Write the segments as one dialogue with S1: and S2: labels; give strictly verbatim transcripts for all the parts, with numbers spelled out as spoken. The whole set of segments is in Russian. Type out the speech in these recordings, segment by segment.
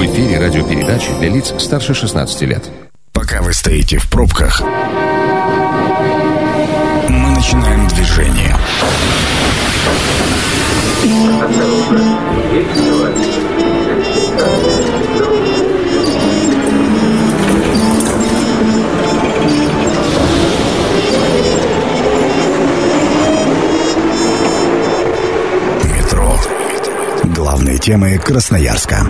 S1: В эфире радиопередачи для лиц старше шестнадцати лет.
S2: Пока вы стоите в пробках, мы начинаем движение. Метро. Главные темы Красноярска.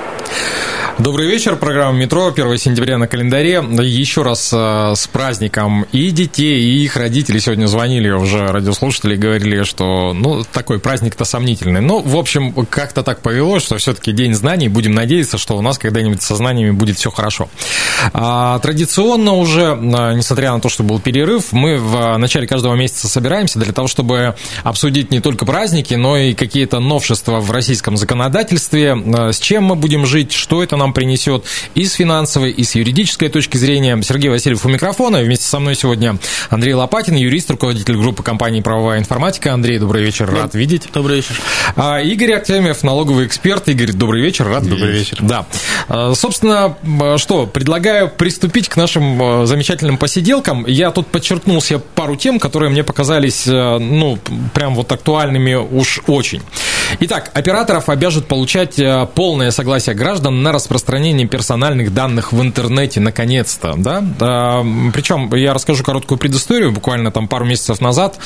S3: Добрый вечер, программа «Метро», первое сентября на календаре. Еще раз с праздником и детей, и их родителей. Сегодня звонили уже радиослушатели, говорили, что, ну, такой праздник-то сомнительный. Ну, в общем, как-то так повелось, что все-таки День знаний. Будем надеяться, что у нас когда-нибудь со знаниями будет все хорошо. А, традиционно уже, несмотря на то, что был перерыв, мы в начале каждого месяца собираемся для того, чтобы обсудить не только праздники, но и какие-то новшества в российском законодательстве, с чем мы будем жить, что это нам принесет и с финансовой, и с юридической точки зрения. Сергей Васильев у микрофона. Вместе со мной сегодня Андрей Лопатин, юрист, руководитель группы компании «Правовая информатика». Андрей, добрый вечер, рад да. видеть.
S4: Добрый вечер.
S3: А, Игорь Артемьев, налоговый эксперт. Игорь, добрый вечер, рад
S4: добрый
S3: видеть.
S4: вечер.
S3: Да. А, собственно, что, предлагаю приступить к нашим замечательным посиделкам. Я тут подчеркнул себе пару тем, которые мне показались, ну, прям вот актуальными уж очень. Итак, операторов обяжут получать полное согласие граждан на распространение персональных данных в интернете, наконец-то, да? Причем я расскажу короткую предысторию. Буквально там пару месяцев назад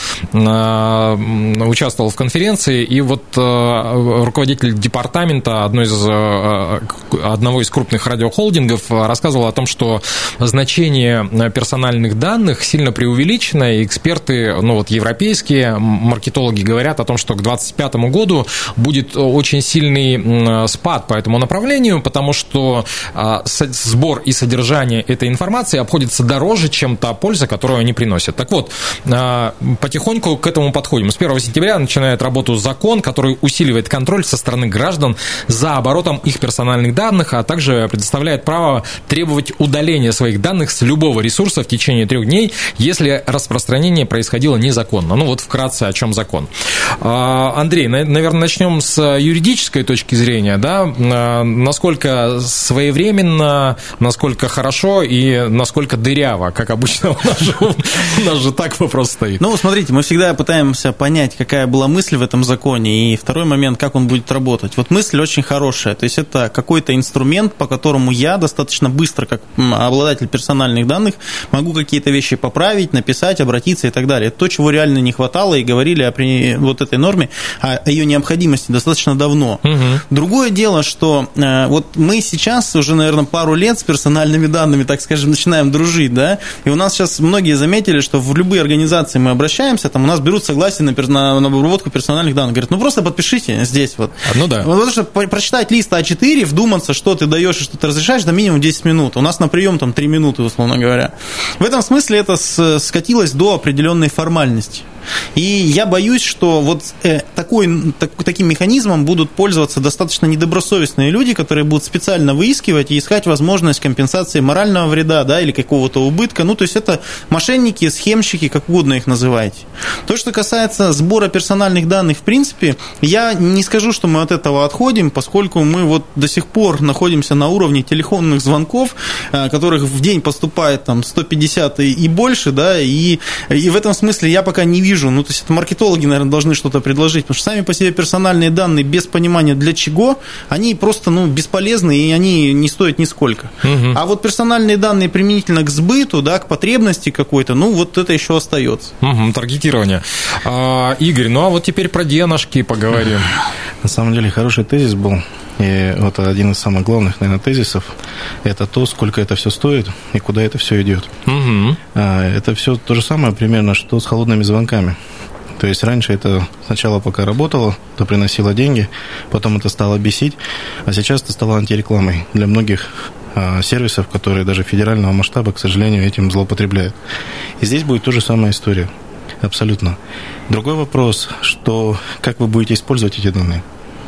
S3: участвовал в конференции, и вот руководитель департамента одной из, одного из крупных радиохолдингов рассказывал о том, что значение персональных данных сильно преувеличено, и эксперты, ну вот европейские маркетологи говорят о том, что к двадцать пятому году будет очень сильный спад по этому направлению, потому что сбор и содержание этой информации обходится дороже, чем та польза, которую они приносят. Так вот, потихоньку к этому подходим. С первого сентября начинает работу закон, который усиливает контроль со стороны граждан за оборотом их персональных данных, а также предоставляет право требовать удаления своих данных с любого ресурса в течение трех дней, если распространение происходило незаконно. Ну вот вкратце, о чем закон. Андрей, наверное, начнем с юридической точки зрения, да, насколько своевременно, насколько хорошо и насколько дыряво, как обычно у нас же, у нас же так вопрос стоит.
S4: Ну, смотрите, мы всегда пытаемся понять, какая была мысль в этом законе, и второй момент, как он будет работать. Вот мысль очень хорошая, то есть это какой-то инструмент, по которому я достаточно быстро, как обладатель персональных данных, могу какие-то вещи поправить, написать, обратиться и так далее. Это то, чего реально не хватало, и говорили о при... вот этой норме, о ее необходимости достаточно давно. Угу. Другое дело, что э, вот мы сейчас уже, наверное, пару лет с персональными данными, так скажем, начинаем дружить, да, и у нас сейчас многие заметили, что в любые организации мы обращаемся, там у нас берут согласие на, на, на обработку персональных данных, говорят, ну просто подпишите здесь вот.
S3: Ну да.
S4: Вот, потому что прочитать лист а четыре, вдуматься, что ты даешь и что ты разрешаешь, до минимум десять минут. У нас на прием там три минуты, условно говоря. В этом смысле это скатилось до определенной формальности. И я боюсь, что вот э, такой, так, таким механизмом будут пользоваться достаточно недобросовестные люди, которые будут специально выискивать и искать возможность компенсации морального вреда, да, или какого-то убытка. Ну, то есть это мошенники, схемщики, как угодно их называйте. То, что касается сбора персональных данных, в принципе, я не скажу, что мы от этого отходим, поскольку мы вот до сих пор находимся на уровне телефонных звонков, которых в день поступает там сто пятьдесят и, и больше, да, и, и в этом смысле я пока не вижу. Ну, то есть это маркетологи, наверное, должны что-то предложить, потому что сами по себе персональные данные без понимания для чего, они просто, ну, бесполезны, и они не стоят нисколько. Угу. А вот персональные данные применительно к сбыту, да, к потребности какой-то, ну, вот это еще остается.
S3: Угу, таргетирование. А, Игорь, ну, а вот теперь про денежки поговорим.
S5: На самом деле, хороший тезис был. И вот один из самых главных, наверное, тезисов – это то, сколько это все стоит и куда это все идет. Угу. Это все то же самое примерно, что с холодными звонками. То есть раньше это сначала пока работало, то приносило деньги, потом это стало бесить, а сейчас это стало антирекламой для многих сервисов, которые даже федерального масштаба, к сожалению, этим злоупотребляют. И здесь будет та же самая история. Абсолютно. Другой вопрос, что как вы будете использовать эти данные.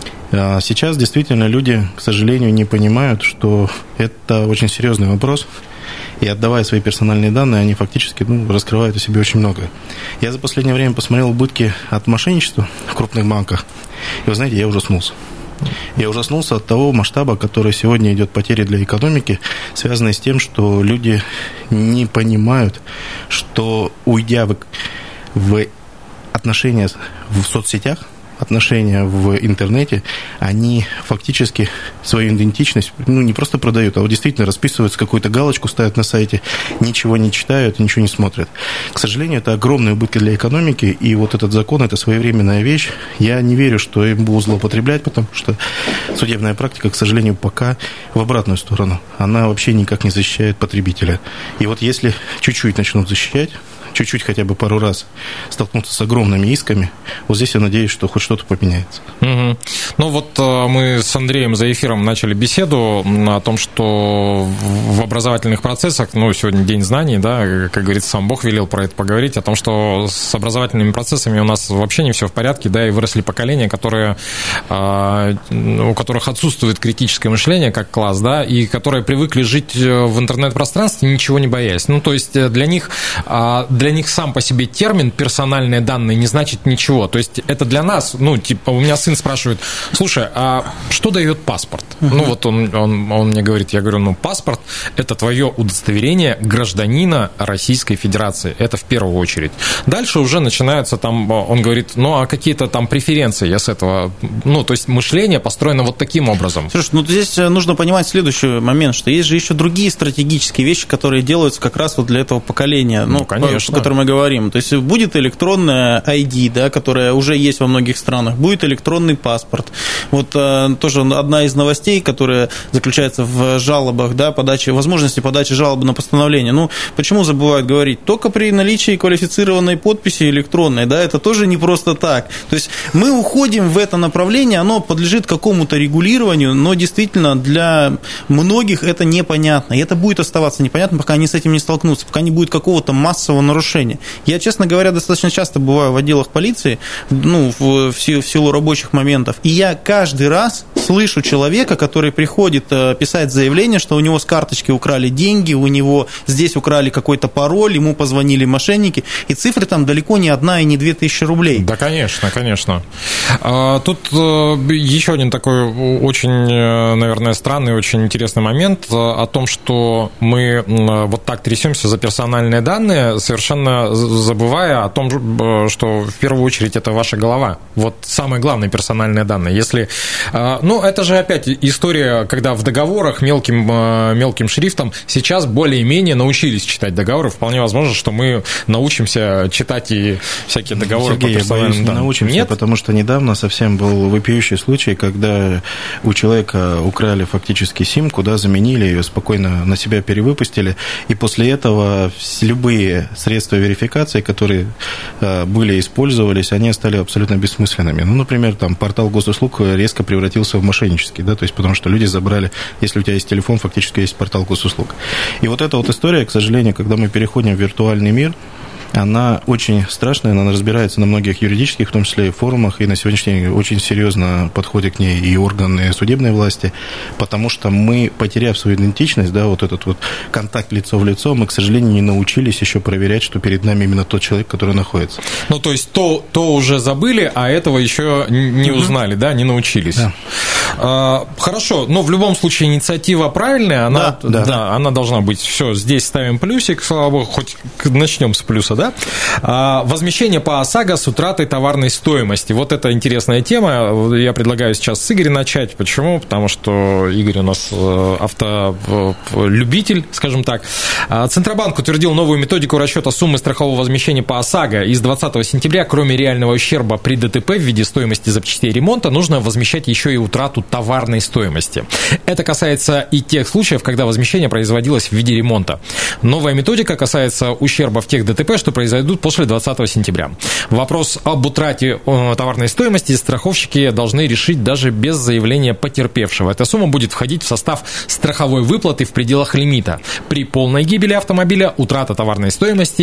S5: Сейчас действительно люди, к сожалению, не понимают, что это очень серьезный вопрос, и отдавая свои персональные данные, они фактически ну, раскрывают о себе очень многое. Я за последнее время посмотрел убытки от мошенничества в крупных банках, и вы знаете, я ужаснулся. Я ужаснулся от того масштаба, который сегодня идет потери для экономики, связанные с тем, что люди не понимают, что уйдя в, в отношения в соцсетях, отношения в интернете, они фактически свою идентичность, ну, не просто продают, а вот действительно расписываются, какую-то галочку ставят на сайте, ничего не читают, ничего не смотрят. К сожалению, это огромные убытки для экономики, и вот этот закон – это своевременная вещь. Я не верю, что им будут злоупотреблять, потому что судебная практика, к сожалению, пока в обратную сторону. Она вообще никак не защищает потребителя. И вот если чуть-чуть начнут защищать, чуть-чуть хотя бы пару раз столкнуться с огромными исками, вот здесь я надеюсь, что хоть что-то поменяется.
S3: Угу. Ну вот мы с Андреем за эфиром начали беседу о том, что в образовательных процессах, ну, сегодня День знаний, да, как говорится, сам Бог велел про это поговорить, о том, что с образовательными процессами у нас вообще не все в порядке, да, и выросли поколения, которые, у которых отсутствует критическое мышление как класс, да, и которые привыкли жить в интернет-пространстве, ничего не боясь. Ну, то есть для них... Для них сам по себе термин «персональные данные» не значит ничего. То есть это для нас, ну, типа, у меня сын спрашивает: слушай, а что дает паспорт? Uh-huh. Ну, вот он, он, он мне говорит, я говорю, ну, паспорт – это твое удостоверение гражданина Российской Федерации. Это в первую очередь. Дальше уже начинается там, он говорит, ну, а какие-то там преференции я с этого... Ну, то есть мышление построено вот таким образом.
S4: Слушай, ну, здесь нужно понимать следующий момент, что есть же еще другие стратегические вещи, которые делаются как раз вот для этого поколения. Ну, ну конечно. О котором мы говорим. То есть будет электронная ай ди, да, которая уже есть во многих странах, будет электронный паспорт. Вот а, тоже одна из новостей, которая заключается в жалобах, да, подачи, возможности подачи жалобы на постановление. Ну, почему забывают говорить? Только при наличии квалифицированной подписи электронной, да, это тоже не просто так. То есть мы уходим в это направление, оно подлежит какому-то регулированию, но действительно для многих это непонятно. И это будет оставаться непонятно, пока они с этим не столкнутся, пока не будет какого-то массового нарушения. Я, честно говоря, достаточно часто бываю в отделах полиции, ну, в, в силу рабочих моментов, и я каждый раз слышу человека, который приходит писать заявление, что у него с карточки украли деньги, у него здесь украли какой-то пароль, ему позвонили мошенники, и цифры там далеко не одна и не две тысячи рублей.
S3: Да, конечно, конечно. Тут еще один такой очень, наверное, странный, очень интересный момент о том, что мы вот так трясемся за персональные данные, совершенно забывая о том, что в первую очередь это ваша голова. Вот самые главные персональные данные. Если, ну, это же опять история, когда в договорах мелким, мелким шрифтом сейчас более-менее научились читать договоры. Вполне возможно, что мы научимся читать и всякие договоры.
S5: Сергей, по персональным данным. Не научимся, нет? Потому что недавно совсем был вопиющий случай, когда у человека украли фактически симку, да, заменили ее, спокойно на себя перевыпустили, и после этого любые средства верификации, которые были, использовались, они стали абсолютно бессмысленными. Ну, например, там портал госуслуг резко превратился в мошеннический, да, то есть потому что люди забрали, если у тебя есть телефон, фактически есть портал госуслуг. И вот эта вот история, к сожалению, когда мы переходим в виртуальный мир, она очень страшная, она разбирается на многих юридических, в том числе и форумах, и на сегодняшний день очень серьезно подходят к ней и органы судебной власти, потому что мы, потеряв свою идентичность, да, вот этот вот контакт лицо в лицо, мы, к сожалению, не научились еще проверять, что перед нами именно тот человек, который находится.
S3: Ну, то есть то, то уже забыли, а этого еще не узнали, mm-hmm. да, не научились. Да. А, хорошо, но в любом случае инициатива правильная, она, да, да. Да, она должна быть. Все, здесь ставим плюсик, слава богу, хоть начнем с плюса, да? А, возмещение по ОСАГО с утратой товарной стоимости. Вот это интересная тема. Я предлагаю сейчас с Игоря начать. Почему? Потому что Игорь у нас автолюбитель, скажем так. Центробанк утвердил новую методику расчета суммы страхового возмещения по ОСАГО. И с двадцатого сентября, кроме реального ущерба при ДТП в виде стоимости запчастей ремонта, нужно возмещать еще и утрату товарной стоимости. Это касается и тех случаев, когда возмещение производилось в виде ремонта. Новая методика касается ущерба в тех ДТП, что произойдут после двадцатого сентября. Вопрос об утрате товарной стоимости страховщики должны решить даже без заявления потерпевшего. Эта сумма будет входить в состав страховой выплаты в пределах лимита. При полной гибели автомобиля утрата товарной стоимости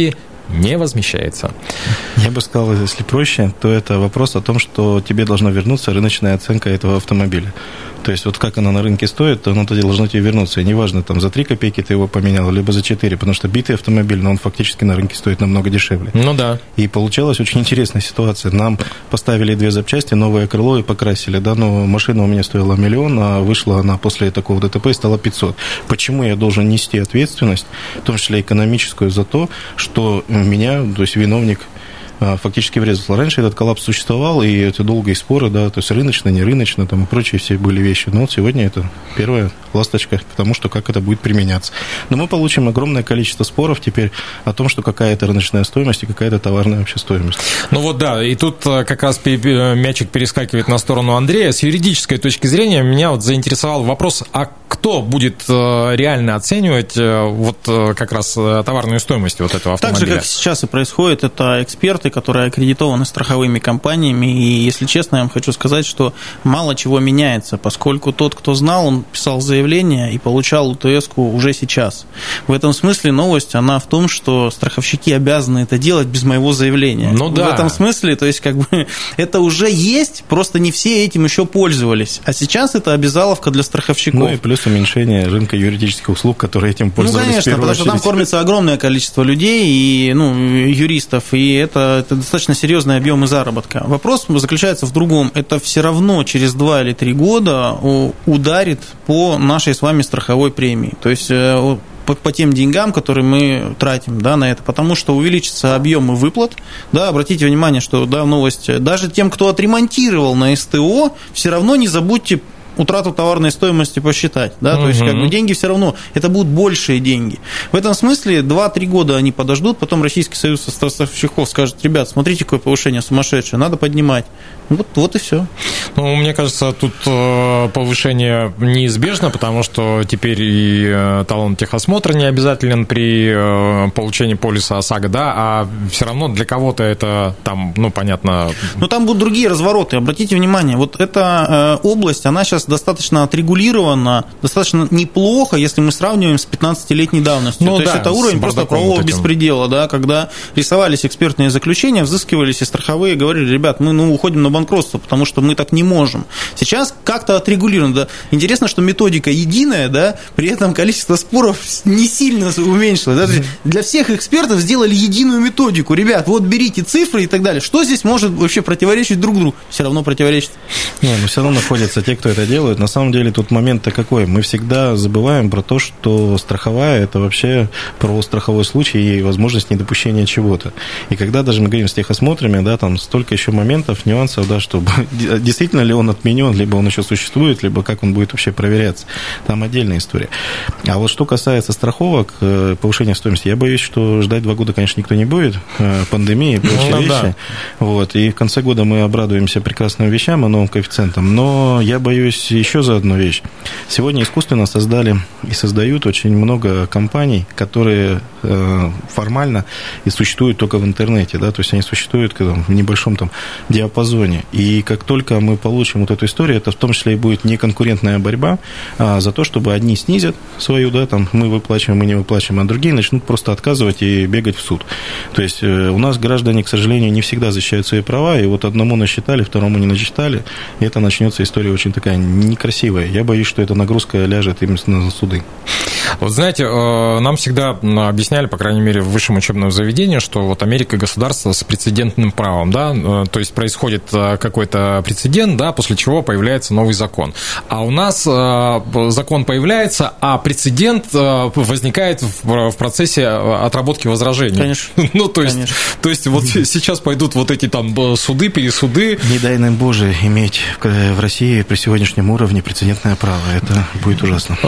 S3: не возмещается.
S5: Я бы сказал, если проще, то это вопрос о том, что тебе должна вернуться рыночная оценка этого автомобиля. То есть вот как она на рынке стоит, то она тогда должна тебе вернуться. И неважно, там за три копейки ты его поменял, либо за четыре, потому что битый автомобиль, но он фактически на рынке стоит намного дешевле.
S3: Ну да.
S5: И получалась очень интересная ситуация. Нам поставили две запчасти, новое крыло и покрасили. Да, но машина у меня стоила миллион, а вышла она после такого ДТП и стала пятьсот. Почему я должен нести ответственность, в том числе экономическую, за то, что меня, то есть виновник, фактически врезался. Раньше этот коллапс существовал, и это долгие споры, да, то есть рыночно, не рыночно, там и прочие все были вещи. Но вот сегодня это первая ласточка к тому, что как это будет применяться. Но мы получим огромное количество споров теперь о том, что какая-то рыночная стоимость и какая-то товарная вообще стоимость.
S3: Ну вот да, и тут как раз мячик перескакивает на сторону Андрея. С юридической точки зрения меня вот заинтересовал вопрос, а кто будет реально оценивать вот как раз товарную стоимость вот этого автомобиля?
S4: Так же, как сейчас и происходит, это эксперты, которые аккредитованы страховыми компаниями, и, если честно, я вам хочу сказать, что мало чего меняется, поскольку тот, кто знал, он писал заявление и получал УТС-ку уже сейчас. В этом смысле новость, она в том, что страховщики обязаны это делать без моего заявления.
S3: Ну да.
S4: В этом смысле, то есть, как бы, это уже есть, просто не все этим еще пользовались, а сейчас это обязаловка для страховщиков.
S5: Ну и плюс уменьшение рынка юридических услуг, которые этим пользовались.
S4: Ну, конечно, потому что там кормится огромное количество людей и, ну, юристов, и это это достаточно серьезные объемы заработка. Вопрос заключается в другом. Это все равно через два или три года ударит по нашей с вами страховой премии. То есть по, по тем деньгам, которые мы тратим, да, на это, потому что увеличатся объемы выплат. Да, обратите внимание, что, да, новость, даже тем, кто отремонтировал на СТО, все равно не забудьте утрату товарной стоимости посчитать, да, угу. То есть, как бы, деньги все равно, это будут большие деньги. В этом смысле два-три года они подождут, потом Российский союз страховщиков скажет: ребят, смотрите, какое повышение сумасшедшее, надо поднимать. Вот, вот и все.
S3: Ну, мне кажется, тут повышение неизбежно, потому что теперь и талон техосмотра не обязателен при получении полиса ОСАГО, да, а все равно для кого-то это там, ну, понятно.
S4: Но там будут другие развороты. Обратите внимание, вот эта область, она сейчас достаточно отрегулирована, достаточно неплохо, если мы сравниваем с пятнадцатилетней давностью.
S3: Ну,
S4: То
S3: да,
S4: есть это уровень просто правового беспредела, да, когда рисовались экспертные заключения, взыскивались и страховые, говорили: ребят, мы, ну, уходим на банкротство, потому что мы так не можем. Сейчас как-то отрегулировано. Да. Интересно, что методика единая, да, при этом количество споров не сильно уменьшилось. Да. Для всех экспертов сделали единую методику. Ребят, вот берите цифры и так далее. Что здесь может вообще противоречить друг другу? Все равно противоречит.
S5: Не, но все равно находятся те, кто это делают. На самом деле тут момент-то какой? Мы всегда забываем про то, что страховая – это вообще про страховой случай и возможность недопущения чего-то. И когда даже мы говорим с техосмотрами, да, там столько еще моментов, нюансов, да, что действительно ли он отменен, либо он еще существует, либо как он будет вообще проверяться. Там отдельная история. А вот что касается страховок, повышения стоимости, я боюсь, что ждать два года, конечно, никто не будет. Пандемия и прочие ну, вещи. Да. Вот. И в конце года мы обрадуемся прекрасным вещам и новым коэффициентам. Но я боюсь еще за одну вещь. Сегодня искусственно создали и создают очень много компаний, которые э, формально и существуют только в интернете, да, то есть они существуют там, в небольшом там диапазоне. И как только мы получим вот эту историю, это в том числе и будет неконкурентная борьба а, за то, чтобы одни снизят свою, да, там мы выплачиваем, мы не выплачиваем, а другие начнут просто отказывать и бегать в суд. То есть э, у нас граждане, к сожалению, не всегда защищают свои права, и вот одному насчитали, второму не насчитали, и это начнется история очень такая некрасивая. Я боюсь, что эта нагрузка ляжет именно на суды.
S3: Вот знаете, нам всегда объясняли, по крайней мере, в высшем учебном заведении, что вот Америка государство с прецедентным правом, да, то есть происходит какой-то прецедент, да, после чего появляется новый закон. А у нас закон появляется, а прецедент возникает в процессе отработки возражений.
S4: Конечно.
S3: Ну, то есть,
S4: Конечно.
S3: то есть вот сейчас пойдут вот эти там суды, пересуды.
S5: Не дай нам, Боже, иметь в России при сегодняшнем уровне прецедентное право. Это будет ужасно.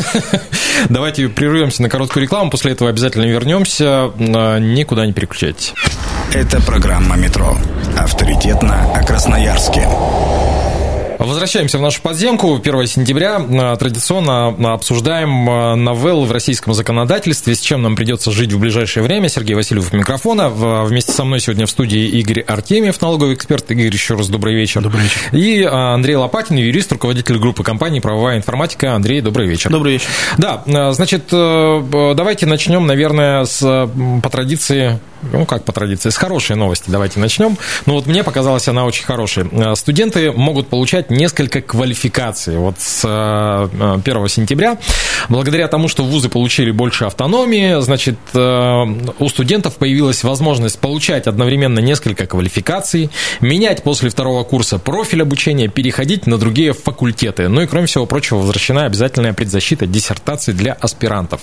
S3: Давайте прервемся на короткую рекламу, после этого обязательно вернемся. Никуда не переключайтесь.
S2: Это программа «Метро». Авторитетно о Красноярске.
S3: Возвращаемся в нашу подземку. первого сентября традиционно обсуждаем новеллы в российском законодательстве, с чем нам придется жить в ближайшее время. Сергей Васильев у микрофона. Вместе со мной сегодня в студии Игорь Артемьев, налоговый эксперт. Игорь, еще раз добрый вечер.
S5: Добрый вечер.
S3: И Андрей Лопатин, юрист, руководитель группы компаний «Правовая информатика». Андрей, добрый вечер.
S4: Добрый вечер.
S3: Да, значит, давайте начнем, наверное, с, по традиции, ну как по традиции, с хорошей новости давайте начнем. Ну вот мне показалась она очень хорошей. Студенты могут получать несколько квалификаций вот с первого сентября. Благодаря тому, что вузы получили больше автономии, значит, у студентов появилась возможность получать одновременно несколько квалификаций, менять после второго курса профиль обучения, переходить на другие факультеты. Ну и, кроме всего прочего, возвращена обязательная предзащита диссертаций для аспирантов.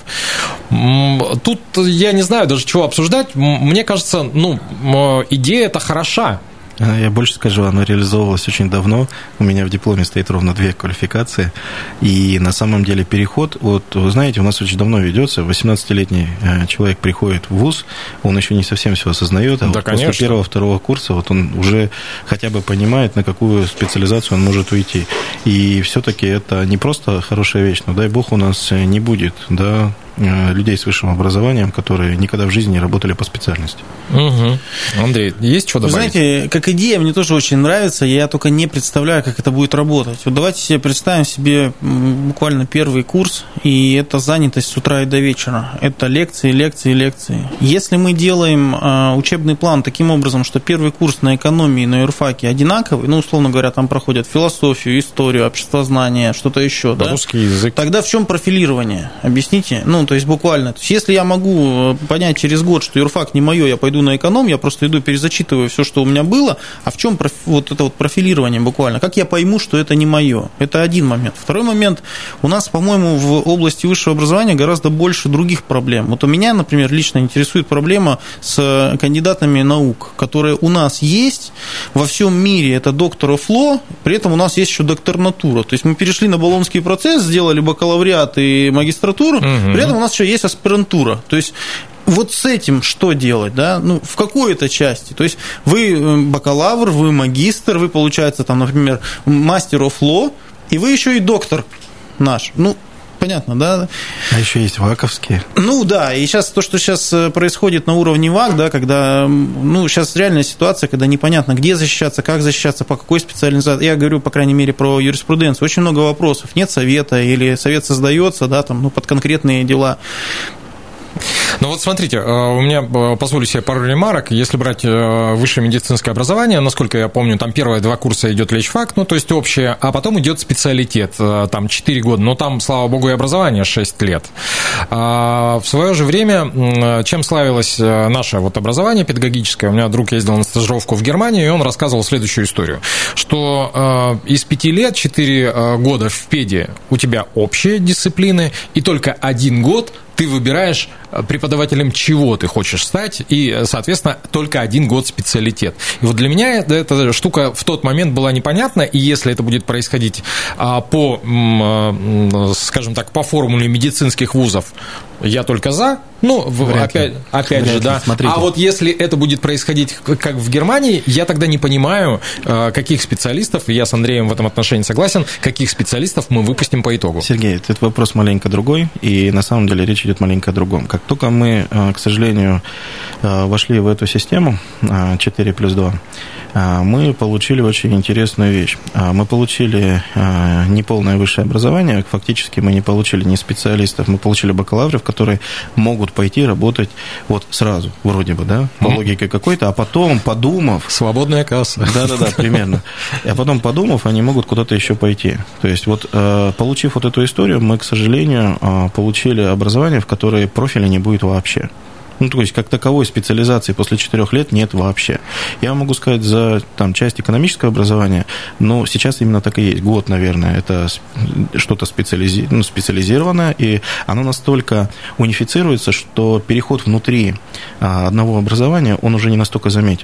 S3: Тут я не знаю даже, чего обсуждать. Мне кажется, ну, идея-то хороша.
S5: Я больше скажу, оно реализовывалось очень давно. У меня в дипломе стоит ровно две квалификации. И на самом деле переход, вот вы знаете, у нас очень давно ведется. восемнадцатилетний человек приходит в вуз, он еще не совсем все осознает, а да, вот после первого-второго курса вот он уже хотя бы понимает, на какую специализацию он может уйти. И все-таки это не просто хорошая вещь, но дай бог у нас не будет, да, людей с высшим образованием, которые никогда в жизни не работали по специальности.
S3: Угу. Андрей, есть что добавить?
S4: Вы знаете, как идея мне тоже очень нравится, я только не представляю, как это будет работать. Вот давайте себе представим себе буквально первый курс, и это занятость с утра и до вечера. Это лекции, лекции, лекции. Если мы делаем учебный план таким образом, что первый курс на экономии, на юрфаке одинаковый, ну, условно говоря, там проходят философию, историю, обществознание, что-то еще, да?
S3: Русский язык.
S4: Тогда в чем профилирование? Объясните? Ну, то есть буквально. То есть если я могу понять через год, что юрфак не мое, я пойду на эконом, я просто иду, перезачитываю все, что у меня было, а в чем профи- вот это вот профилирование буквально? Как я пойму, что это не мое? Это один момент. Второй момент. У нас, по-моему, в области высшего образования гораздо больше других проблем. Вот у меня, например, лично интересует проблема с кандидатами наук, которые у нас есть во всем мире. Это доктор оф ло, при этом у нас есть еще докторнатура. То есть мы перешли на болонский процесс, сделали бакалавриат и магистратуру, угу. При этом у нас еще есть аспирантура. То есть вот с этим что делать, да? Ну, в какой-то части. То есть вы бакалавр, вы магистр, вы, получается, там, например, мастер оф ло, и вы еще и доктор наш. Ну, понятно, да?
S5: А еще есть ваковские.
S4: Ну да, и сейчас то, что сейчас происходит на уровне ВАК, да, когда, ну, сейчас реальная ситуация, когда непонятно, где защищаться, как защищаться, по какой специализации. Я говорю, по крайней мере, про юриспруденцию. Очень много вопросов. Нет совета, или совет создается, да, там, ну, под конкретные дела.
S3: Ну вот смотрите, у меня, позволю себе пару ремарок. Если брать высшее медицинское образование, насколько я помню, там первые два курса идет лечфак, ну то есть общее, а потом идет специалитет, там четыре года, но там, слава богу, и образование шесть лет. А в свое же время, чем славилось наше вот образование педагогическое, у меня друг ездил на стажировку в Германию, и он рассказывал следующую историю, что из пяти лет четыре года в педе у тебя общие дисциплины, и только один год ты выбираешь преподавателем, чего ты хочешь стать, и, соответственно, только один год специалитет. И вот для меня эта штука в тот момент была непонятна, и если это будет происходить по, скажем так, по формуле медицинских вузов, я только за, ну, Вряд опять, опять же, да. Смотрите. А вот если это будет происходить, как в Германии, я тогда не понимаю, каких специалистов, и я с Андреем в этом отношении согласен, каких специалистов мы выпустим по итогу.
S5: Сергей, этот вопрос маленько другой, и на самом деле речь идет маленько о другом. Как только мы, к сожалению, вошли в эту систему четыре плюс два, мы получили очень интересную вещь. Мы получили неполное высшее образование, фактически мы не получили ни специалистов, мы получили бакалавров, которые могут пойти работать вот сразу, вроде бы, да, по логике какой-то, а потом, подумав...
S3: Свободная касса.
S5: Да-да-да, примерно. А потом, подумав, они могут куда-то еще пойти. То есть вот, получив вот эту историю, мы, к сожалению, получили образование, в которое профиля не будет вообще. Ну, то есть, как таковой специализации после четырех лет нет вообще. Я могу сказать за там, часть экономического образования, но сейчас именно так и есть. Год, наверное, это что-то специализи... ну, специализированное, и оно настолько унифицируется, что переход внутри одного образования, он уже не настолько заметен.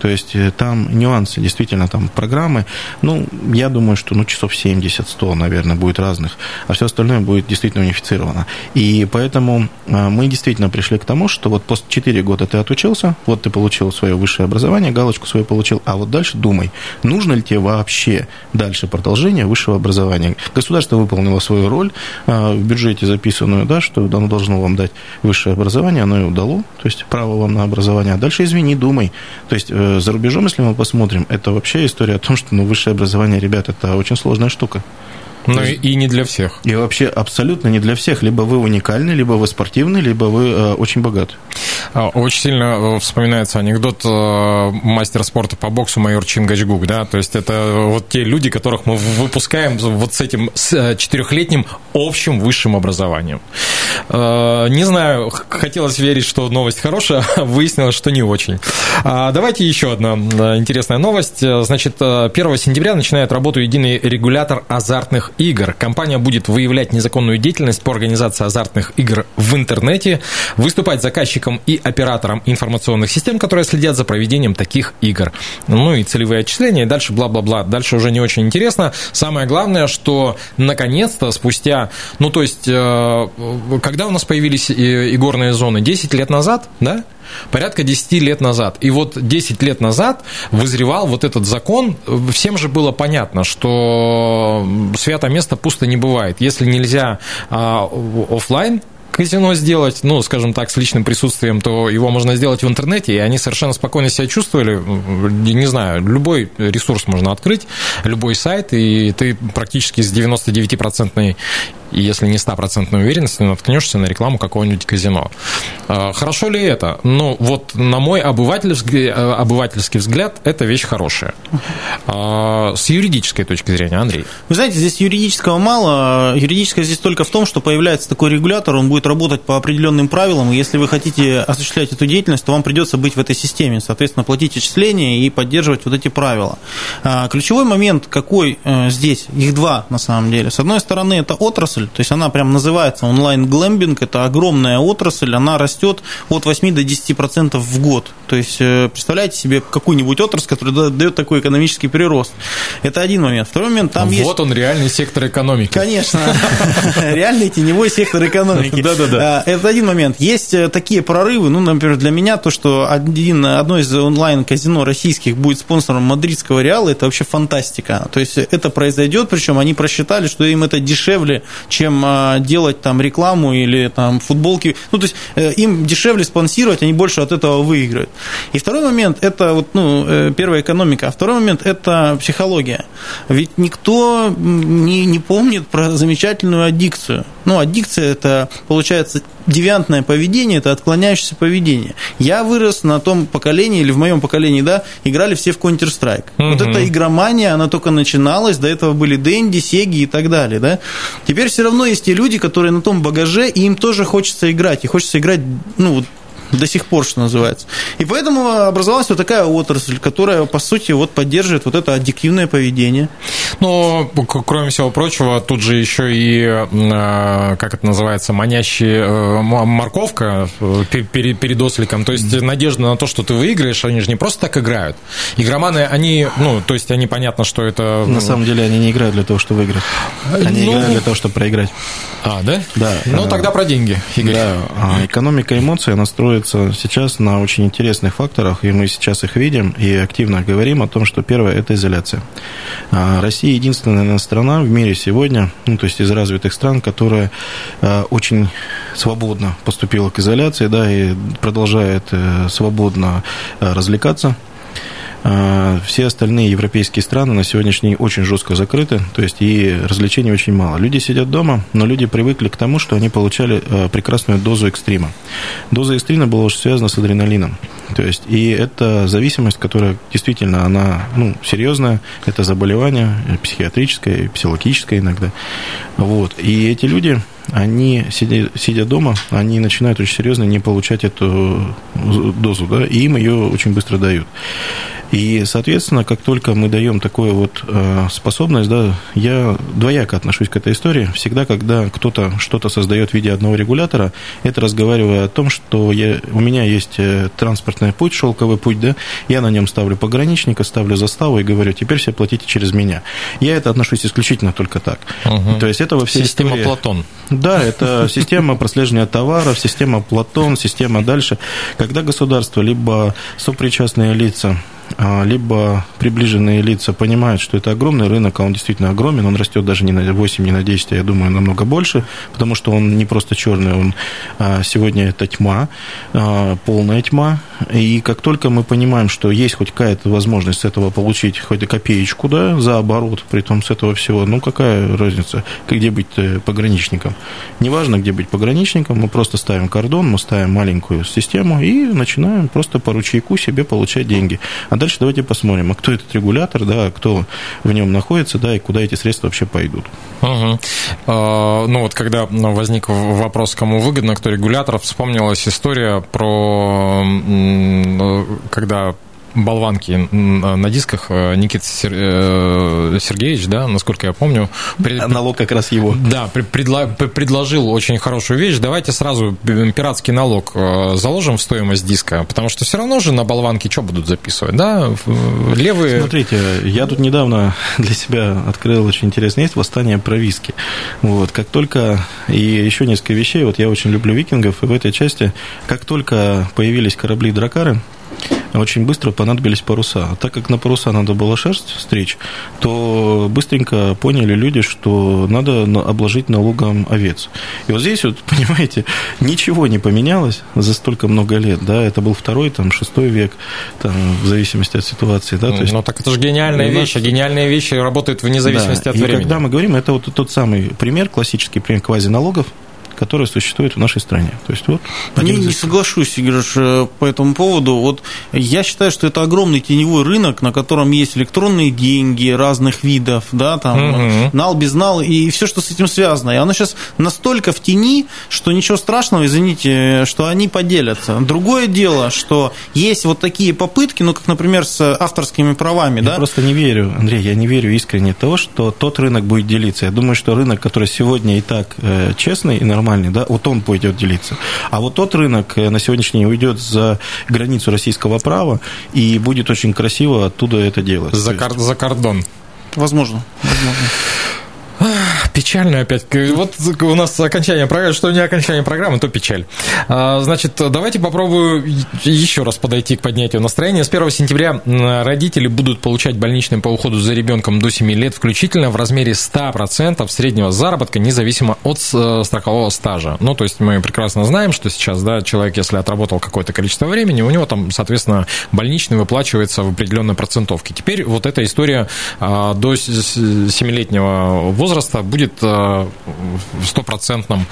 S5: То есть там нюансы, действительно, там программы, ну, я думаю, что ну, часов семьдесят-сто, наверное, будет разных, а все остальное будет действительно унифицировано. И поэтому мы действительно пришли к тому, что вот после четыре года ты отучился, вот ты получил свое высшее образование, галочку свою получил, а вот дальше думай, нужно ли тебе вообще дальше продолжение высшего образования. Государство выполнило свою роль в бюджете записанную, да, что оно должно вам дать высшее образование, оно и дало, то есть право вам на образование, а дальше извини, думай. То есть за рубежом, если мы посмотрим, это вообще история о том, что ну, высшее образование, ребят, это очень сложная штука.
S3: Ну и, и не для всех.
S5: И вообще абсолютно не для всех. Либо вы уникальны, либо вы спортивны, либо вы э, очень богаты.
S3: Очень сильно вспоминается анекдот мастера спорта по боксу майор Чингачгук, да, то есть это вот те люди, которых мы выпускаем вот с этим с четырехлетним общим высшим образованием. Не знаю, хотелось верить, что новость хорошая, выяснилось, что не очень. Давайте еще одна интересная новость. Значит, первого сентября начинает работу единый регулятор азартных игр. Компания будет выявлять незаконную деятельность по организации азартных игр в интернете, выступать заказчиком и операторам информационных систем, которые следят за проведением таких игр. Ну и целевые отчисления, и дальше бла-бла-бла. Дальше уже не очень интересно. Самое главное, что наконец-то спустя, ну то есть, когда у нас появились игорные зоны? десять лет назад, да? Порядка десять лет назад. И вот десять лет назад вызревал вот этот закон. Всем же было понятно, что свято место пусто не бывает. Если нельзя а, офлайн казино сделать, ну, скажем так, с личным присутствием, то его можно сделать в интернете, и они совершенно спокойно себя чувствовали. Не знаю, любой ресурс можно открыть, любой сайт, и ты практически с девяносто девять процентов, если не сто процентов уверенности, наткнешься на рекламу какого-нибудь казино. Хорошо ли это? Ну, вот на мой обывательский, обывательский взгляд, это вещь хорошая. С юридической точки зрения, Андрей?
S4: Вы знаете, здесь юридического мало. Юридическое здесь только в том, что появляется такой регулятор, он будет работать по определенным правилам, и если вы хотите осуществлять эту деятельность, то вам придется быть в этой системе, соответственно, платить отчисления и поддерживать вот эти правила. Ключевой момент какой здесь? Их два, на самом деле. С одной стороны, это отрасль, то есть она прям называется онлайн-глэмбинг, это огромная отрасль, она растет от восьми до десяти процентов в год. То есть представляете себе какую-нибудь отрасль, которая дает такой экономический прирост. Это один момент. Второй момент, там
S3: вот
S4: есть...
S3: Вот он, реальный сектор экономики.
S4: Конечно, реальный теневой сектор экономики.
S3: Да-да-да.
S4: Это один момент. Есть такие прорывы, ну, например, для меня то, что один, одно из онлайн-казино российских будет спонсором мадридского Реала, это вообще фантастика. То есть это произойдет, причем они просчитали, что им это дешевле, чем делать там рекламу или там футболки. Ну, то есть им дешевле спонсировать, они больше от этого выиграют. И второй момент, это вот, ну, первая экономика, а второй момент, это психология. Ведь никто не, не помнит про замечательную аддикцию. Ну, аддикция – это, получается, девиантное поведение, это отклоняющееся поведение. Я вырос на том поколении, или в моем поколении, да, играли все в Counter-Strike. Mm-hmm. Вот эта игромания, она только начиналась, до этого были Дэнди, Сеги и так далее, да. Теперь все равно есть те люди, которые на том багаже, и им тоже хочется играть, и хочется играть, ну, вот, до сих пор, что называется. И поэтому образовалась вот такая отрасль, которая, по сути, вот поддерживает вот это аддиктивное поведение.
S3: Но, кроме всего прочего, тут же еще и, как это называется, манящая морковка перед осликом. То есть надежда на то, что ты выиграешь, они же не просто так играют. Игроманы, они, ну, то есть они, понятно, что это...
S5: На самом деле они не играют для того, чтобы выиграть. Они ну... играют для того, чтобы проиграть.
S3: А, да?
S5: Да.
S3: Ну, тогда про деньги, Игорь.
S5: Да. Экономика эмоций, она строится сейчас на очень интересных факторах, и мы сейчас их видим и активно говорим о том, что первое – это изоляция. Россия единственная, наверное, страна в мире сегодня, ну, то есть из развитых стран, которая очень свободно поступила к изоляции, да, и продолжает свободно развлекаться. Все остальные европейские страны на сегодняшний день очень жестко закрыты, то есть и развлечений очень мало. Люди сидят дома, но люди привыкли к тому, что они получали прекрасную дозу экстрима. Доза экстрима была уже связана с адреналином. То есть, и это зависимость, которая действительно, она, ну, серьезная, это заболевание психиатрическое, психологическое иногда. Вот. И эти люди, они, сидя, сидя дома, они начинают очень серьезно не получать эту дозу, да, и им ее очень быстро дают. И, соответственно, как только мы даем такую вот э, способность, да, я двояко отношусь к этой истории. Всегда, когда кто-то что-то создает в виде одного регулятора, это разговаривая о том, что я, у меня есть транспортный путь, шелковый путь, да, я на нем ставлю пограничника, ставлю заставу и говорю, теперь все платите через меня. Я это отношусь исключительно только так. Угу. То есть это во всей
S3: система
S5: истории...
S3: Платон.
S5: Да, это система прослеживания товаров, система Платон, система дальше. Когда государство, либо сопричастные лица, либо приближенные лица понимают, что это огромный рынок, а он действительно огромен, он растет даже не на восемь, не на десять, а я думаю, намного больше, потому что он не просто черный, он сегодня это тьма, полная тьма, и как только мы понимаем, что есть хоть какая-то возможность с этого получить хоть копеечку, да, за оборот, при том с этого всего, ну какая разница, где быть пограничником? Неважно, где быть пограничником, мы просто ставим кордон, мы ставим маленькую систему и начинаем просто по ручейку себе получать деньги. А дальше давайте посмотрим, а кто этот регулятор, да, кто в нем находится, да, и куда эти средства вообще пойдут.
S3: Угу. А, ну вот когда возник вопрос, кому выгодно, кто регулятор, вспомнилась история про когда болванки на дисках Никита Сергеевич, да, насколько я помню.
S5: Пред... Налог как раз его.
S3: Да, предло... предложил очень хорошую вещь. Давайте сразу пиратский налог заложим в стоимость диска, потому что все равно же на болванке что будут записывать, да? Левые...
S5: Смотрите, я тут недавно для себя открыл очень интересное, есть восстание про виски. Вот, как только, и еще несколько вещей, вот я очень люблю викингов, и в этой части, как только появились корабли-дракары, очень быстро понадобились паруса. А так как на паруса надо было шерсть стричь, то быстренько поняли люди, что надо обложить налогом овец. И вот здесь, вот, понимаете, ничего не поменялось за столько много лет. Да? Это был второй, там, шестой век, там, в зависимости от ситуации. Да? То есть,
S3: ну, так это же гениальная вещь, нас... а гениальные вещи работают вне зависимости, да, от
S5: и
S3: времени.
S5: И когда мы говорим, это вот тот самый пример, классический пример квазиналогов, которые существуют в нашей стране. То есть, вот,
S4: не, не соглашусь, Игорь, по этому поводу. Вот я считаю, что это огромный теневой рынок, на котором есть электронные деньги разных видов, да, там, угу. нал, безнал и все, что с этим связано. И оно сейчас настолько в тени, что ничего страшного, извините, что они поделятся. Другое дело, что есть вот такие попытки, ну, как, например, с авторскими правами.
S5: Я
S4: да?
S5: просто не верю, Андрей, я не верю искренне в то, что тот рынок будет делиться. Я думаю, что рынок, который сегодня и так честный и нормальный, да, вот он пойдет делиться. А вот тот рынок на сегодняшний день уйдет за границу российского права и будет очень красиво оттуда это делать.
S3: За, кор- за кордон.
S4: Возможно. Возможно.
S3: Печально опять. Вот у нас окончание программы. Что не окончание программы, то печаль. Значит, давайте попробую еще раз подойти к поднятию настроения. С первого сентября родители будут получать больничный по уходу за ребенком до семи лет включительно в размере сто процентов среднего заработка, независимо от страхового стажа. Ну, то есть мы прекрасно знаем, что сейчас, да, человек, если отработал какое-то количество времени, у него там, соответственно, больничный выплачивается в определенной процентовке. Теперь вот эта история до семилетнего возраста будет в стопроцентном.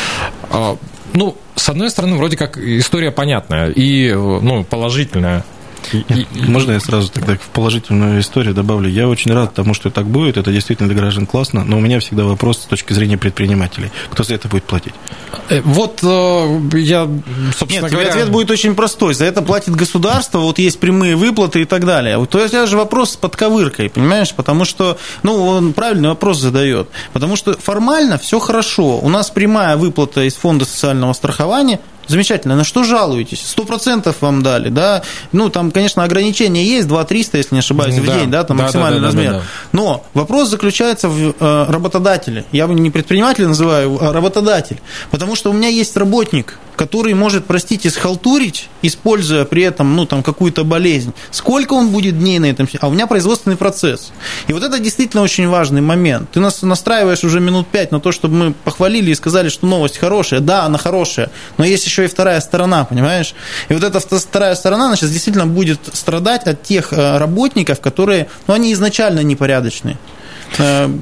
S3: Ну, с одной стороны, вроде как история понятная и, ну, положительная.
S5: И, Можно я сразу тогда в положительную историю добавлю? Я очень рад тому, что так будет. Это действительно для граждан классно. Но у меня всегда вопрос с точки зрения предпринимателей. Кто за это будет платить?
S3: Вот я, собственно
S4: Нет,
S3: говоря...
S4: ответ будет очень простой. За это платит государство, вот есть прямые выплаты и так далее. То есть это же вопрос с подковыркой, понимаешь? Потому что, ну, он правильный вопрос задает. Потому что формально все хорошо. У нас прямая выплата из фонда социального страхования. Замечательно. На что жалуетесь? Сто процентов вам дали, да? Ну, там, конечно, ограничения есть, два триста, если не ошибаюсь, в да. день, да, там да, максимальный да, да, размер. Да, да, да. Но вопрос заключается в э, работодателе. Я не предпринимателя называю, а работодатель. Потому что у меня есть работник, который может, простите, схалтурить, используя при этом, ну, там, какую-то болезнь. Сколько он будет дней на этом? А у меня производственный процесс. И вот это действительно очень важный момент. Ты нас настраиваешь уже минут пять на то, чтобы мы похвалили и сказали, что новость хорошая. Да, она хорошая, но есть еще и вторая сторона, понимаешь? И вот эта вторая сторона, она сейчас действительно будет страдать от тех работников, которые, ну, они изначально непорядочные.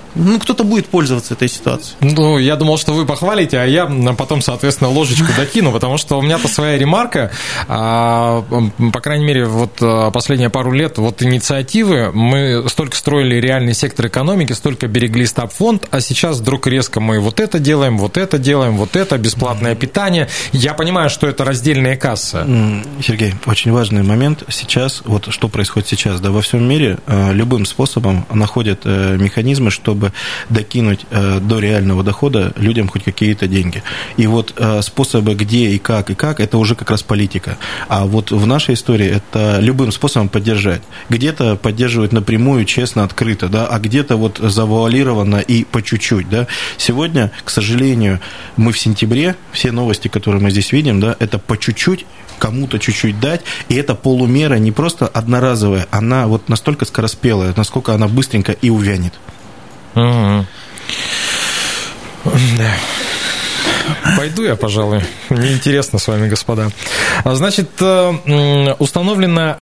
S4: ну, кто-то будет пользоваться этой ситуацией.
S3: Ну, я думал, что вы похвалите, а я потом, соответственно, ложечку докину, потому что у меня-то своя ремарка. По крайней мере, вот последние пару лет вот инициативы, мы столько строили реальный сектор экономики, столько берегли стабфонд, а сейчас вдруг резко мы вот это делаем, вот это делаем, вот это, бесплатное питание. Я понимаю, что это раздельная касса.
S5: Сергей, очень важный момент сейчас, вот что происходит сейчас, да, во всем мире любым способом находят механизмы, чтобы докинуть до реального дохода людям хоть какие-то деньги. И вот способы где и как, и как, это уже как раз политика. А вот в нашей истории это любым способом поддержать. Где-то поддерживают напрямую, честно, открыто, да, а где-то вот завуалированно и по чуть-чуть, да. Сегодня, к сожалению, мы в сентябре, все новости, которые мы здесь видим, да, это по чуть-чуть, кому-то чуть-чуть дать, и эта полумера не просто одноразовая, она вот настолько скороспелая, насколько она быстренько и увянет.
S3: Угу. Да. Пойду я, пожалуй. Мне интересно с вами, господа. Значит, установлено